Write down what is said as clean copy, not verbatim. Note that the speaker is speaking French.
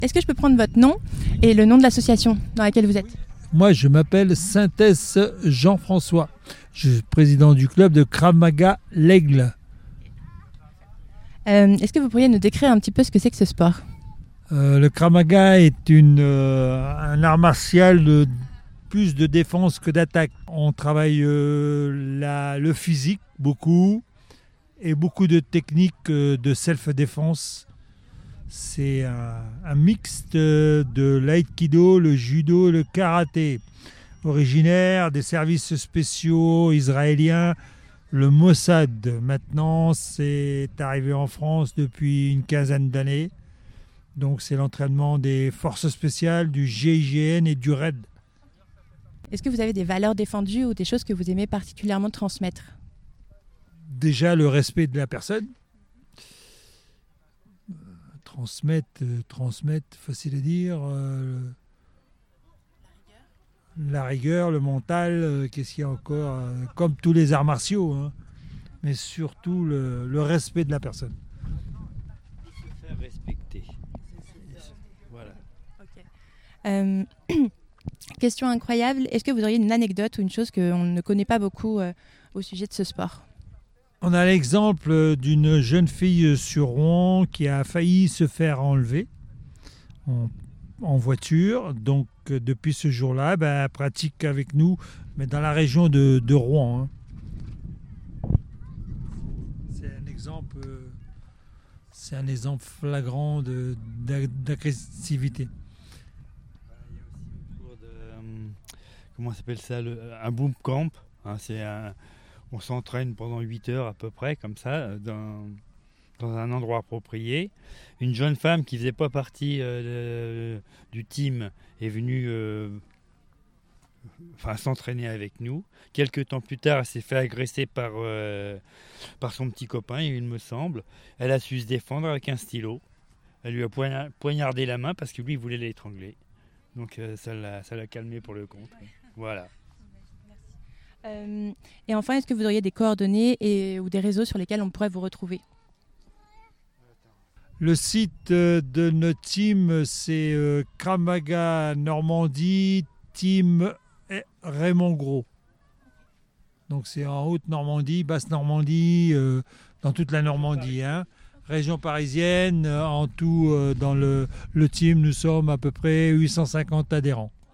Est-ce que je peux prendre votre nom et le nom de l'association dans laquelle vous êtes ? Moi, je m'appelle Synthès Jean-François. Je suis président du club de Krav Maga L'Aigle. Est-ce que vous pourriez nous décrire un petit peu ce que c'est que ce sport ? Le Krav Maga est un art martial de plus de défense que d'attaque. On travaille le physique beaucoup et beaucoup de techniques de self-défense. C'est un mixte de l'aïkido, le judo et le karaté. Originaire des services spéciaux israéliens, le Mossad. Maintenant, c'est arrivé en France depuis une quinzaine d'années. Donc, c'est l'entraînement des forces spéciales, du GIGN et du RAID. Est-ce que vous avez des valeurs défendues ou des choses que vous aimez particulièrement transmettre ? Déjà, le respect de la personne. Transmettre, facile à dire. La rigueur, le mental, qu'est-ce qu'il y a encore comme tous les arts martiaux, hein, mais surtout le respect de la personne. Se faire respecter. Voilà. Okay. Question incroyable, est-ce que vous auriez une anecdote ou une chose qu'on ne connaît pas beaucoup au sujet de ce sport ? On a l'exemple d'une jeune fille sur Rouen qui a failli se faire enlever en voiture. Donc depuis ce jour-là, elle pratique avec nous, mais dans la région de Rouen. C'est un exemple flagrant d'agressivité. Il y a aussi comment s'appelle ça, un boom camp. Hein, on s'entraîne pendant 8 heures à peu près, comme ça, dans un endroit approprié. Une jeune femme qui ne faisait pas partie du team est venue s'entraîner avec nous. Quelques temps plus tard, elle s'est fait agresser par son petit copain, il me semble. Elle a su se défendre avec un stylo. Elle lui a poignardé la main parce que lui, il voulait l'étrangler. Donc ça l'a calmé pour le compte. Voilà. Et enfin, est-ce que vous auriez des coordonnées ou des réseaux sur lesquels on pourrait vous retrouver ? Le site de notre team, c'est Krav Maga Normandie, team Raymond Gros. Donc c'est en Haute-Normandie, Basse-Normandie, dans toute la Normandie. Hein. Région parisienne, en tout, dans le team, nous sommes à peu près 850 adhérents.